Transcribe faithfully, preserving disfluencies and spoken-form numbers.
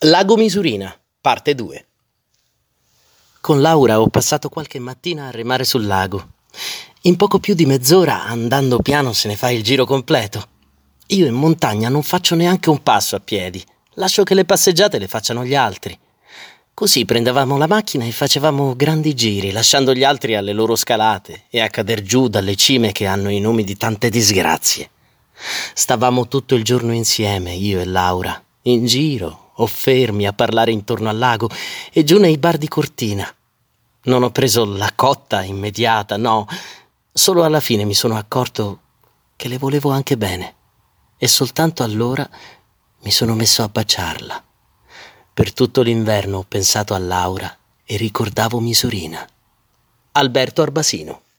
Lago Misurina, parte due. Con Laura ho passato qualche mattina a remare sul lago. In poco più di mezz'ora, andando piano, se ne fa il giro completo. Io in montagna non faccio neanche un passo a piedi. Lascio che le passeggiate le facciano gli altri. Così prendevamo la macchina e facevamo grandi giri, lasciando gli altri alle loro scalate e a cader giù dalle cime che hanno i nomi di tante disgrazie. Stavamo tutto il giorno insieme, io e Laura, in giro o fermi a parlare intorno al lago e giù nei bar di Cortina. Non ho preso la cotta immediata, no. Solo alla fine mi sono accorto che le volevo anche bene e soltanto allora mi sono messo a baciarla. Per tutto l'inverno ho pensato a Laura e ricordavo Misurina. Alberto Arbasino.